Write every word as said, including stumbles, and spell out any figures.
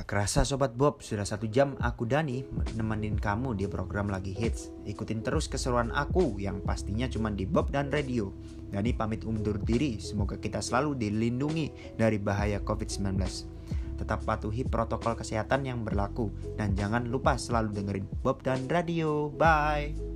Gak kerasa Sobat Bob, sudah satu jam aku Dani nemenin kamu di program Lagi Hits. Ikutin terus keseruan aku yang pastinya cuma di Bob dan Radio. Dani pamit undur diri, semoga kita selalu dilindungi dari bahaya covid sembilan belas. Tetap patuhi protokol kesehatan yang berlaku dan jangan lupa selalu dengerin Bob dan Radio. Bye.